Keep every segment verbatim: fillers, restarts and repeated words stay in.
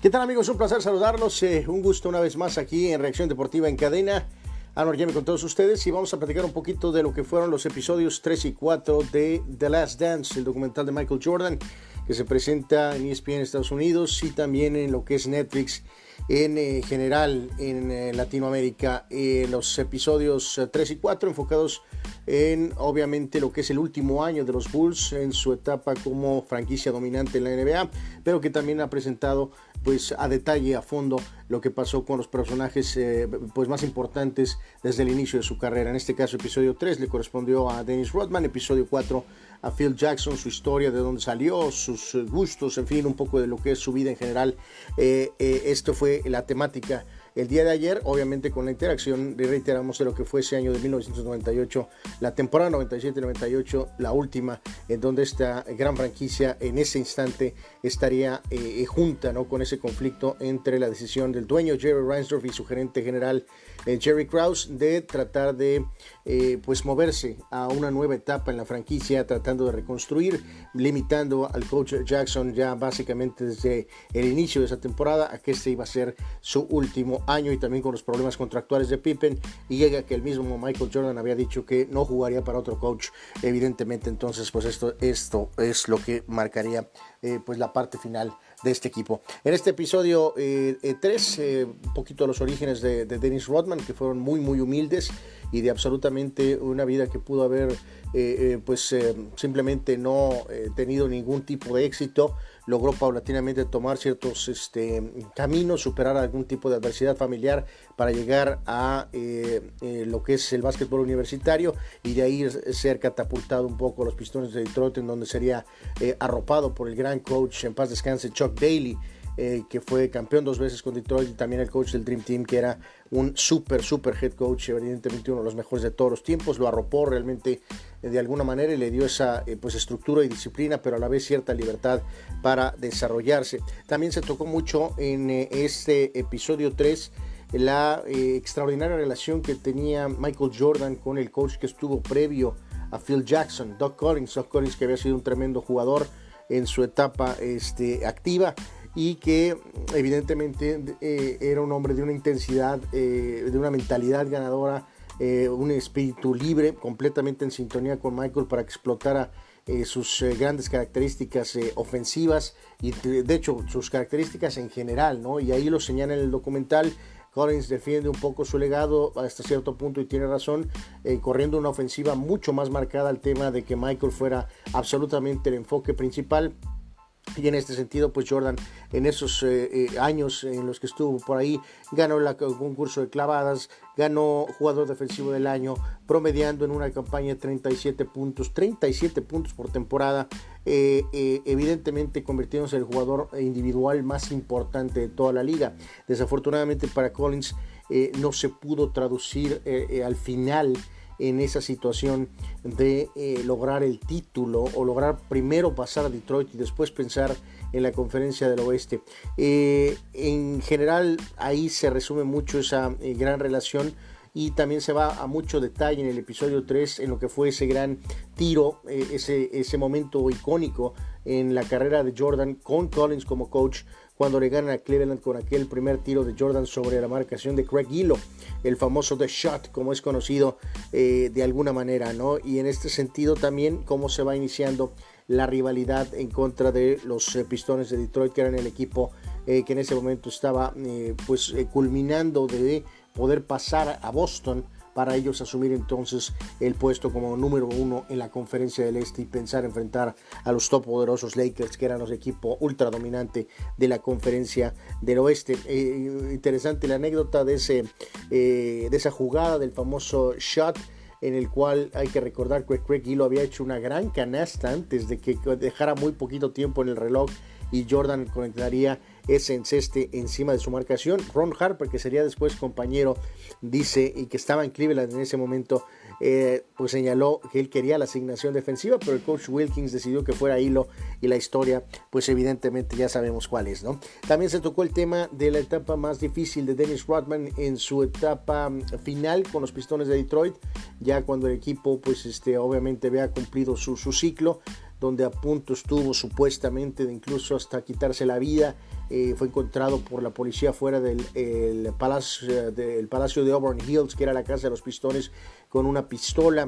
¿Qué tal, amigos? Un placer saludarlos. Eh, un gusto una vez más aquí en Reacción Deportiva en Cadena. Anwar Yemi con todos ustedes y vamos a platicar un poquito de lo que fueron los episodios tres y cuatro de The Last Dance, el documental de Michael Jordan, que se presenta en E S P N Estados Unidos y también en lo que es Netflix en eh, general en eh, Latinoamérica. Eh, los episodios eh, tres y cuatro enfocados en obviamente lo que es el último año de los Bulls en su etapa como franquicia dominante en la N B A, pero que también ha presentado pues a detalle, a fondo, lo que pasó con los personajes eh, pues más importantes desde el inicio de su carrera. En este caso, episodio tres le correspondió a Dennis Rodman, episodio cuatro a Phil Jackson, su historia, de dónde salió, sus gustos, en fin, un poco de lo que es su vida en general. Eh, eh, esto fue la temática el día de ayer, obviamente con la interacción, reiteramos, de lo que fue ese año de mil novecientos noventa y ocho, la temporada noventa y siete noventa y ocho, la última, en donde esta gran franquicia en ese instante estaría eh, junta, ¿no?, con ese conflicto entre la decisión del dueño Jerry Reinsdorf y su gerente general eh, Jerry Krause de tratar de eh, pues moverse a una nueva etapa en la franquicia, tratando de reconstruir, limitando al coach Jackson ya básicamente desde el inicio de esa temporada a que este iba a ser su último año, y también con los problemas contractuales de Pippen, y llega que el mismo Michael Jordan había dicho que no jugaría para otro coach, evidentemente. Entonces pues esto, esto es lo que marcaría eh, pues la parte final de este equipo. En este episodio eh, eh, tres, eh, un poquito los orígenes de, de Dennis Rodman, que fueron muy muy humildes y de absolutamente una vida que pudo haber eh, eh, pues eh, simplemente no eh, tenido ningún tipo de éxito. Logró paulatinamente tomar ciertos este, caminos, superar algún tipo de adversidad familiar para llegar a eh, eh, lo que es el básquetbol universitario, y de ahí ser catapultado un poco a los Pistones de Detroit, en donde sería eh, arropado por el gran coach, en paz descanse, Chuck Daly, eh, que fue campeón dos veces con Detroit, y también el coach del Dream Team, que era un súper, súper head coach, evidentemente uno de los mejores de todos los tiempos. Lo arropó realmente eh, de alguna manera y le dio esa eh, pues estructura y disciplina, pero a la vez cierta libertad para desarrollarse. También se tocó mucho en eh, este episodio tres la eh, extraordinaria relación que tenía Michael Jordan con el coach que estuvo previo a Phil Jackson, Doug Collins. Doug Collins, que había sido un tremendo jugador en su etapa este, activa, y que evidentemente eh, era un hombre de una intensidad, eh, de una mentalidad ganadora, eh, un espíritu libre, completamente en sintonía con Michael para que explotara eh, sus eh, grandes características eh, ofensivas y de, de hecho sus características en general, ¿no? Y ahí lo señala en el documental. Collins defiende un poco su legado hasta cierto punto y tiene razón, eh, corriendo una ofensiva mucho más marcada al tema de que Michael fuera absolutamente el enfoque principal. Y en este sentido, pues Jordan, en esos eh, eh, años en los que estuvo por ahí, ganó el concurso de clavadas, ganó jugador defensivo del año, promediando en una campaña de treinta y siete puntos, treinta y siete puntos por temporada, eh, eh, evidentemente convirtiéndose en el jugador individual más importante de toda la liga. Desafortunadamente para Collins eh, no se pudo traducir eh, eh, al final en esa situación de eh, lograr el título, o lograr primero pasar a Detroit y después pensar en la conferencia del oeste. Eh, en general ahí se resume mucho esa eh, gran relación, y también se va a mucho detalle en el episodio tres en lo que fue ese gran tiro, eh, ese, ese momento icónico en la carrera de Jordan con Collins como coach, cuando le ganan a Cleveland con aquel primer tiro de Jordan sobre la marcación de Craig Gillow, el famoso The Shot, como es conocido eh, de alguna manera, ¿no? Y en este sentido también cómo se va iniciando la rivalidad en contra de los eh, Pistones de Detroit, que eran el equipo eh, que en ese momento estaba eh, pues eh, culminando de poder pasar a Boston, para ellos asumir entonces el puesto como número uno en la conferencia del este y pensar enfrentar a los todopoderosos Lakers, que eran los equipos ultra dominante de la conferencia del oeste. Eh, interesante la anécdota de, ese, eh, de esa jugada del famoso shot, en el cual hay que recordar que Craig Gillow había hecho una gran canasta antes de que dejara muy poquito tiempo en el reloj, y Jordan conectaría ese enceste encima de su marcación. Ron Harper, que sería después compañero, dice, y que estaba en Cleveland en ese momento, eh, pues señaló que él quería la asignación defensiva, pero el coach Wilkins decidió que fuera Hilo, y la historia pues evidentemente ya sabemos cuál es, ¿no? También se tocó el tema de la etapa más difícil de Dennis Rodman en su etapa final con los Pistones de Detroit, ya cuando el equipo pues este obviamente había cumplido su, su ciclo. donde a punto estuvo supuestamente de incluso hasta quitarse la vida. Eh, fue encontrado por la policía fuera del el palacio, del palacio de Auburn Hills, que era la casa de los Pistones, con una pistola.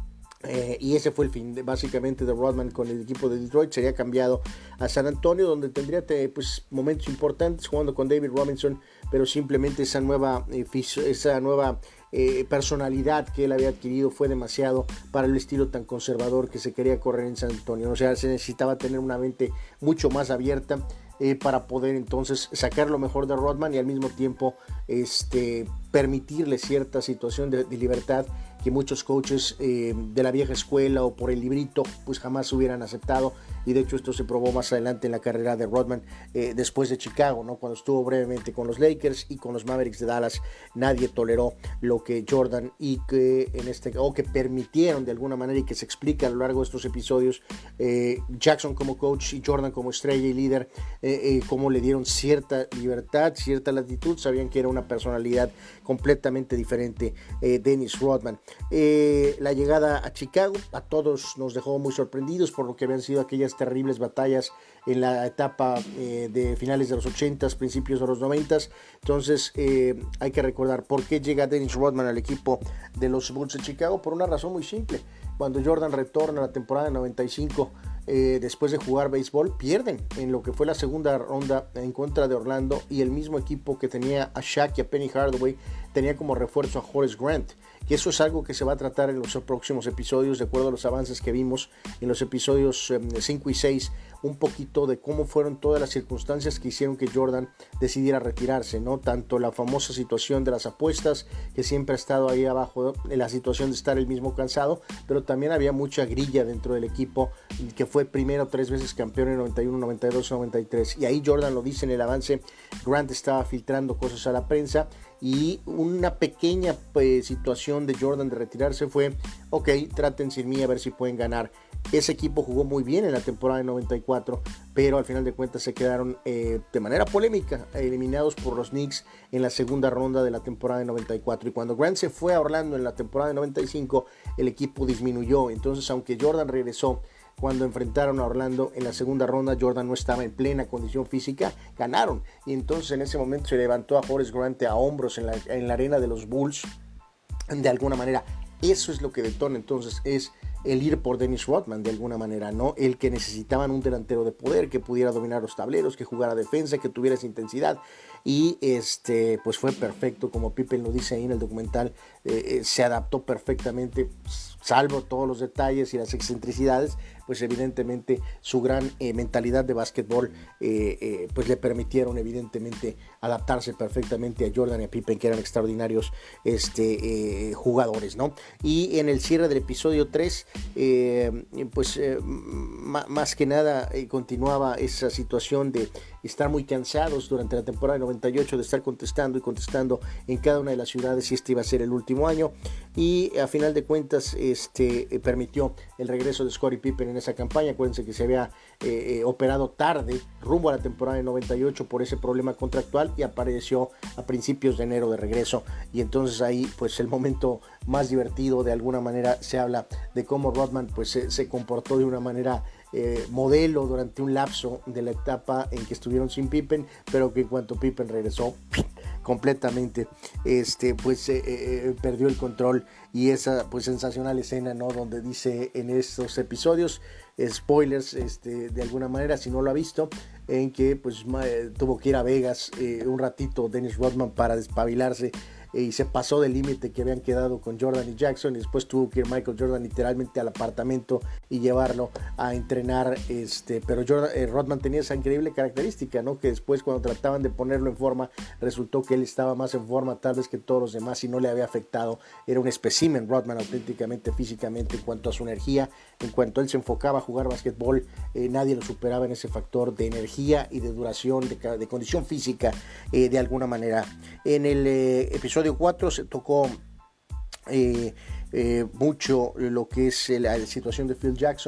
Eh, y ese fue el fin de, básicamente de Rodman con el equipo de Detroit. Sería cambiado a San Antonio, donde tendría pues, momentos importantes jugando con David Robinson, pero simplemente esa nueva, eh, esa nueva eh, personalidad que él había adquirido fue demasiado para el estilo tan conservador que se quería correr en San Antonio. O sea, se necesitaba tener una mente mucho más abierta eh, para poder entonces sacar lo mejor de Rodman y al mismo tiempo este, permitirle cierta situación de, de libertad que muchos coaches eh, de la vieja escuela o por el librito pues jamás hubieran aceptado, y de hecho esto se probó más adelante en la carrera de Rodman eh, después de Chicago, ¿no? Cuando estuvo brevemente con los Lakers y con los Mavericks de Dallas. Nadie toleró lo que Jordan y que en este o que permitieron de alguna manera, y que se explica a lo largo de estos episodios, eh, Jackson como coach y Jordan como estrella y líder, eh, eh, cómo le dieron cierta libertad, cierta latitud. Sabían que era una personalidad completamente diferente, eh, Dennis Rodman. Eh, la llegada a Chicago a todos nos dejó muy sorprendidos por lo que habían sido aquellas terribles batallas en la etapa eh, de finales de los ochentas, principios de los noventas. Entonces eh, hay que recordar por qué llega Dennis Rodman al equipo de los Bulls de Chicago, por una razón muy simple. Cuando Jordan retorna a la temporada de noventa y cinco, eh, después de jugar béisbol, pierden en lo que fue la segunda ronda en contra de Orlando, y el mismo equipo que tenía a Shaq y a Penny Hardaway tenía como refuerzo a Horace Grant, que eso es algo que se va a tratar en los próximos episodios, de acuerdo a los avances que vimos en los episodios cinco y seis, un poquito de cómo fueron todas las circunstancias que hicieron que Jordan decidiera retirarse, ¿no? Tanto la famosa situación de las apuestas, que siempre ha estado ahí abajo, en la situación de estar el mismo cansado, pero también había mucha grilla dentro del equipo, que fue primero tres veces campeón en noventa y uno, noventa y dos, noventa y tres, y ahí Jordan lo dice en el avance. Grant estaba filtrando cosas a la prensa, y una pequeña pues, situación de Jordan de retirarse fue: ok, traten sin mí a ver si pueden ganar. Ese equipo jugó muy bien en la temporada de noventa y cuatro, pero al final de cuentas se quedaron eh, de manera polémica eliminados por los Knicks en la segunda ronda de la temporada de noventa y cuatro, y cuando Grant se fue a Orlando en la temporada de noventa y cinco, el equipo disminuyó. Entonces, aunque Jordan regresó cuando enfrentaron a Orlando en la segunda ronda, Jordan no estaba en plena condición física, ganaron, y entonces en ese momento se levantó a Horace Grant a hombros en la, en la arena de los Bulls, de alguna manera. Eso es lo que detona entonces, es el ir por Dennis Rodman de alguna manera, ¿no? El que necesitaban un delantero de poder, que pudiera dominar los tableros, que jugara defensa, que tuviera esa intensidad, y este pues fue perfecto, como Pippen lo dice ahí en el documental, eh, eh, se adaptó perfectamente, salvo todos los detalles y las excentricidades, pues evidentemente su gran eh, mentalidad de básquetbol eh, eh, pues le permitieron evidentemente adaptarse perfectamente a Jordan y a Pippen, que eran extraordinarios este, eh, jugadores, ¿no? Y en el cierre del episodio tres, eh, pues eh, más que nada eh, continuaba esa situación de estar muy cansados durante la temporada de noventa y ocho, de estar contestando y contestando en cada una de las ciudades si este iba a ser el último año, y a final de cuentas este, eh, permitió el regreso de Scottie Pippen en esa campaña. Acuérdense que se había eh, eh, operado tarde rumbo a la temporada de noventa y ocho por ese problema contractual, y apareció a principios de enero de regreso, y entonces ahí pues el momento más divertido, de alguna manera se habla de cómo Rodman pues se, se comportó de una manera Eh, modelo durante un lapso de la etapa en que estuvieron sin Pippen, pero que en cuanto Pippen regresó completamente este pues eh, eh, perdió el control, y esa pues sensacional escena, ¿no? Donde dice en estos episodios, spoilers este de alguna manera si no lo ha visto, en que pues eh, tuvo que ir a Vegas eh, un ratito Dennis Rodman para despabilarse, y se pasó del límite que habían quedado con Jordan y Jackson, y después tuvo que ir Michael Jordan literalmente al apartamento y llevarlo a entrenar, este, pero Jordan, eh, Rodman tenía esa increíble característica, ¿no? Que después, cuando trataban de ponerlo en forma, resultó que él estaba más en forma tal vez que todos los demás, y no le había afectado. Era un espécimen Rodman auténticamente, físicamente, en cuanto a su energía, en cuanto él se enfocaba a jugar básquetbol, eh, nadie lo superaba en ese factor de energía y de duración, de, de condición física, eh, de alguna manera. En el eh, episodio cuatro se tocó eh, eh, mucho lo que es la situación de Phil Jackson,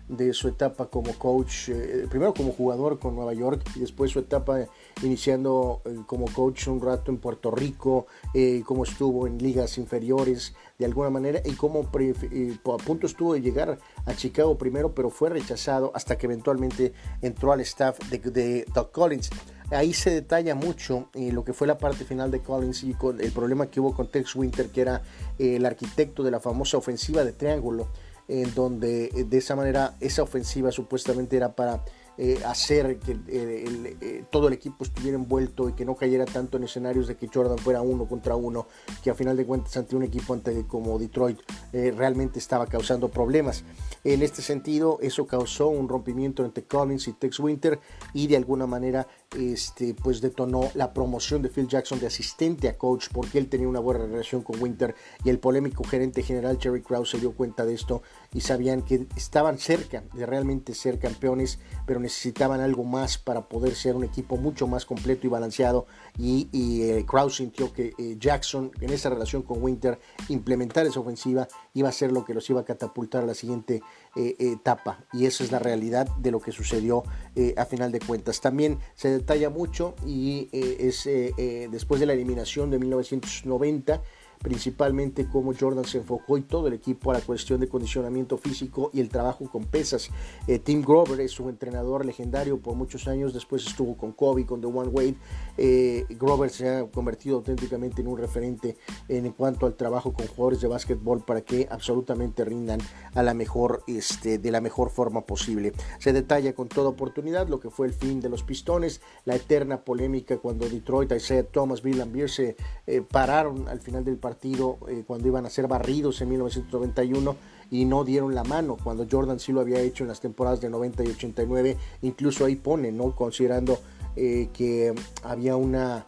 de su etapa como coach, eh, primero como jugador con Nueva York y después su etapa iniciando eh, como coach un rato en Puerto Rico, eh, cómo estuvo en ligas inferiores de alguna manera y cómo pre, eh, a punto estuvo de llegar a Chicago primero, pero fue rechazado hasta que eventualmente entró al staff de, de Doug Collins. Ahí se detalla mucho eh, lo que fue la parte final de Collins y con el problema que hubo con Tex Winter, que era eh, el arquitecto de la famosa ofensiva de triángulo, en donde eh, de esa manera esa ofensiva supuestamente era para eh, hacer que eh, el, eh, todo el equipo estuviera envuelto y que no cayera tanto en escenarios de que Jordan fuera uno contra uno, que a final de cuentas ante un equipo ante, como Detroit eh, realmente estaba causando problemas. En este sentido, eso causó un rompimiento entre Collins y Tex Winter y de alguna manera este, pues detonó la promoción de Phil Jackson de asistente a coach, porque él tenía una buena relación con Winter y el polémico gerente general Jerry Krause se dio cuenta de esto y sabían que estaban cerca de realmente ser campeones, pero necesitaban algo más para poder ser un equipo mucho más completo y balanceado, y, y eh, Krause sintió que eh, Jackson en esa relación con Winter, implementar esa ofensiva iba a ser lo que los iba a catapultar a la siguiente eh, etapa, y esa es la realidad de lo que sucedió eh, a final de cuentas. También se detalla mucho y eh, es eh, eh, después de la eliminación de mil novecientos noventa, principalmente cómo Jordan se enfocó y todo el equipo a la cuestión de condicionamiento físico y el trabajo con pesas. Eh, Tim Grover es su entrenador legendario por muchos años, después estuvo con Kobe, con Dwyane Wade. Eh, Grover se ha convertido auténticamente en un referente en cuanto al trabajo con jugadores de básquetbol para que absolutamente rindan a la mejor, este, de la mejor forma posible. Se detalla con toda oportunidad lo que fue el fin de los Pistones, la eterna polémica cuando Detroit, Isaiah Thomas, Bill Laimbeer se eh, pararon al final del partido eh, cuando iban a ser barridos en mil novecientos noventa y uno y no dieron la mano, cuando Jordan sí lo había hecho en las temporadas de noventa y ochenta y nueve. Incluso ahí pone, ¿no?, considerando eh, que había una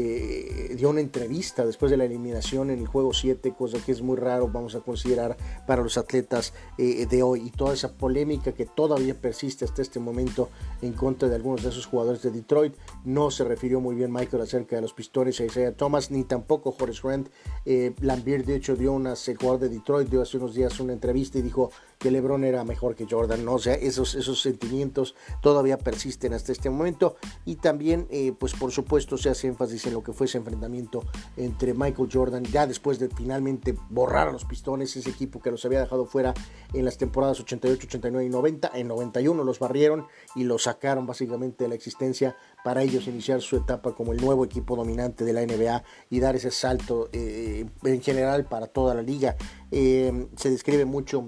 eh, dio una entrevista después de la eliminación en el juego siete, cosa que es muy raro, vamos a considerar, para los atletas eh, de hoy, y toda esa polémica que todavía persiste hasta este momento en contra de algunos de esos jugadores de Detroit. No se refirió muy bien Michael acerca de los Pistones a Isaiah Thomas, ni tampoco Horace Grant. eh, Laimbeer de hecho dio unas, el jugador de Detroit dio hace unos días una entrevista y dijo que LeBron era mejor que Jordan, ¿no? O sea, esos, esos sentimientos todavía persisten hasta este momento. Y también eh, pues por supuesto se hace énfasis en lo que fue ese enfrentamiento entre Michael Jordan, ya después de finalmente borrar a los Pistones, ese equipo que los había dejado fuera en las temporadas ochenta y ocho, ochenta y nueve y noventa. En noventa y uno los barrieron y los sacaron básicamente de la existencia para ellos iniciar su etapa como el nuevo equipo dominante de la N B A y dar ese salto eh, en general para toda la liga. Eh, se describe mucho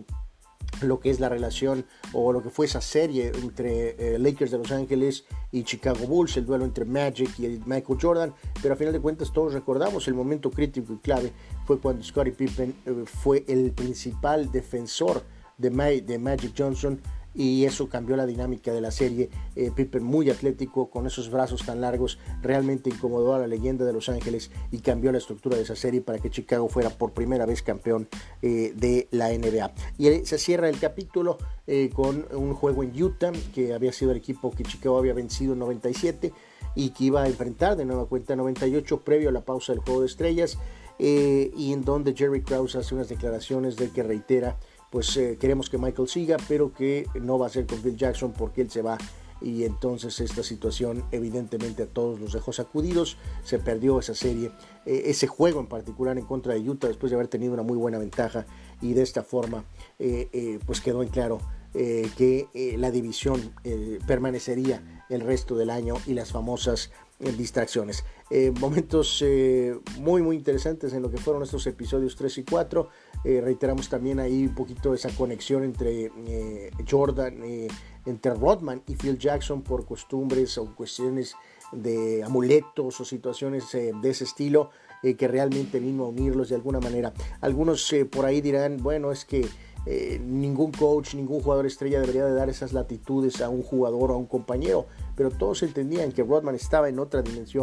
lo que es la relación o lo que fue esa serie entre eh, Lakers de Los Ángeles y Chicago Bulls, el duelo entre Magic y Michael Jordan, pero a final de cuentas todos recordamos el momento crítico y clave fue cuando Scottie Pippen eh, fue el principal defensor de, Ma- de Magic Johnson, y eso cambió la dinámica de la serie. eh, Pippen, muy atlético, con esos brazos tan largos, realmente incomodó a la leyenda de Los Ángeles y cambió la estructura de esa serie para que Chicago fuera por primera vez campeón eh, de la N B A. Y se cierra el capítulo eh, con un juego en Utah, que había sido el equipo que Chicago había vencido en noventa y siete y que iba a enfrentar de nueva cuenta en noventa y ocho, previo a la pausa del Juego de Estrellas, eh, y en donde Jerry Krause hace unas declaraciones de que reitera pues eh, queremos que Michael siga, pero que no va a ser con Phil Jackson porque él se va. Y entonces esta situación evidentemente a todos los dejó sacudidos. Se perdió esa serie, eh, ese juego en particular en contra de Utah, después de haber tenido una muy buena ventaja, y de esta forma eh, eh, pues quedó en claro eh, que eh, la división eh, permanecería el resto del año y las famosas eh, distracciones. Eh, momentos eh, muy muy interesantes en lo que fueron estos episodios tres y cuatro. Eh, reiteramos también ahí un poquito esa conexión entre eh, Jordan, eh, entre Rodman y Phil Jackson por costumbres o cuestiones de amuletos o situaciones eh, de ese estilo, eh, que realmente vino a unirlos de alguna manera. Algunos eh, por ahí dirán, bueno, es que Eh, ningún coach, ningún jugador estrella debería de dar esas latitudes a un jugador o a un compañero, pero todos entendían que Rodman estaba en otra dimensión,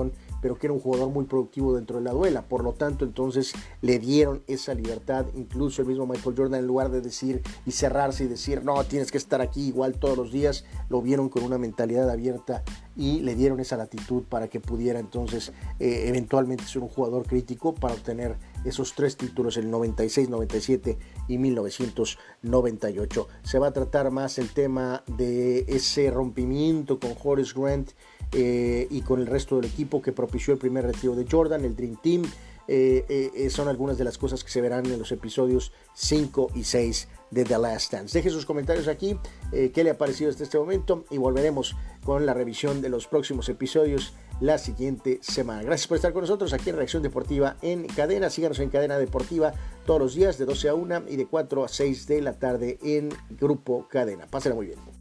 pero que era un jugador muy productivo dentro de la duela. Por lo tanto, entonces le dieron esa libertad. Incluso el mismo Michael Jordan, en lugar de decir y cerrarse y decir, no, tienes que estar aquí igual todos los días, lo vieron con una mentalidad abierta y le dieron esa latitud para que pudiera entonces eh, eventualmente ser un jugador crítico para obtener esos tres títulos, el noventa y seis, noventa y siete y mil novecientos noventa y ocho. Se va a tratar más el tema de ese rompimiento con Horace Grant eh, y con el resto del equipo que propició el primer retiro de Jordan, el Dream Team. Eh, eh, son algunas de las cosas que se verán en los episodios cinco y seis de The Last Dance. Deje sus comentarios aquí, eh, qué le ha parecido hasta este momento, y volveremos con la revisión de los próximos episodios la siguiente semana. Gracias por estar con nosotros aquí en Reacción Deportiva en Cadena. Síganos en Cadena Deportiva todos los días de doce a una y de cuatro a seis de la tarde en Grupo Cadena. Pásenla muy bien.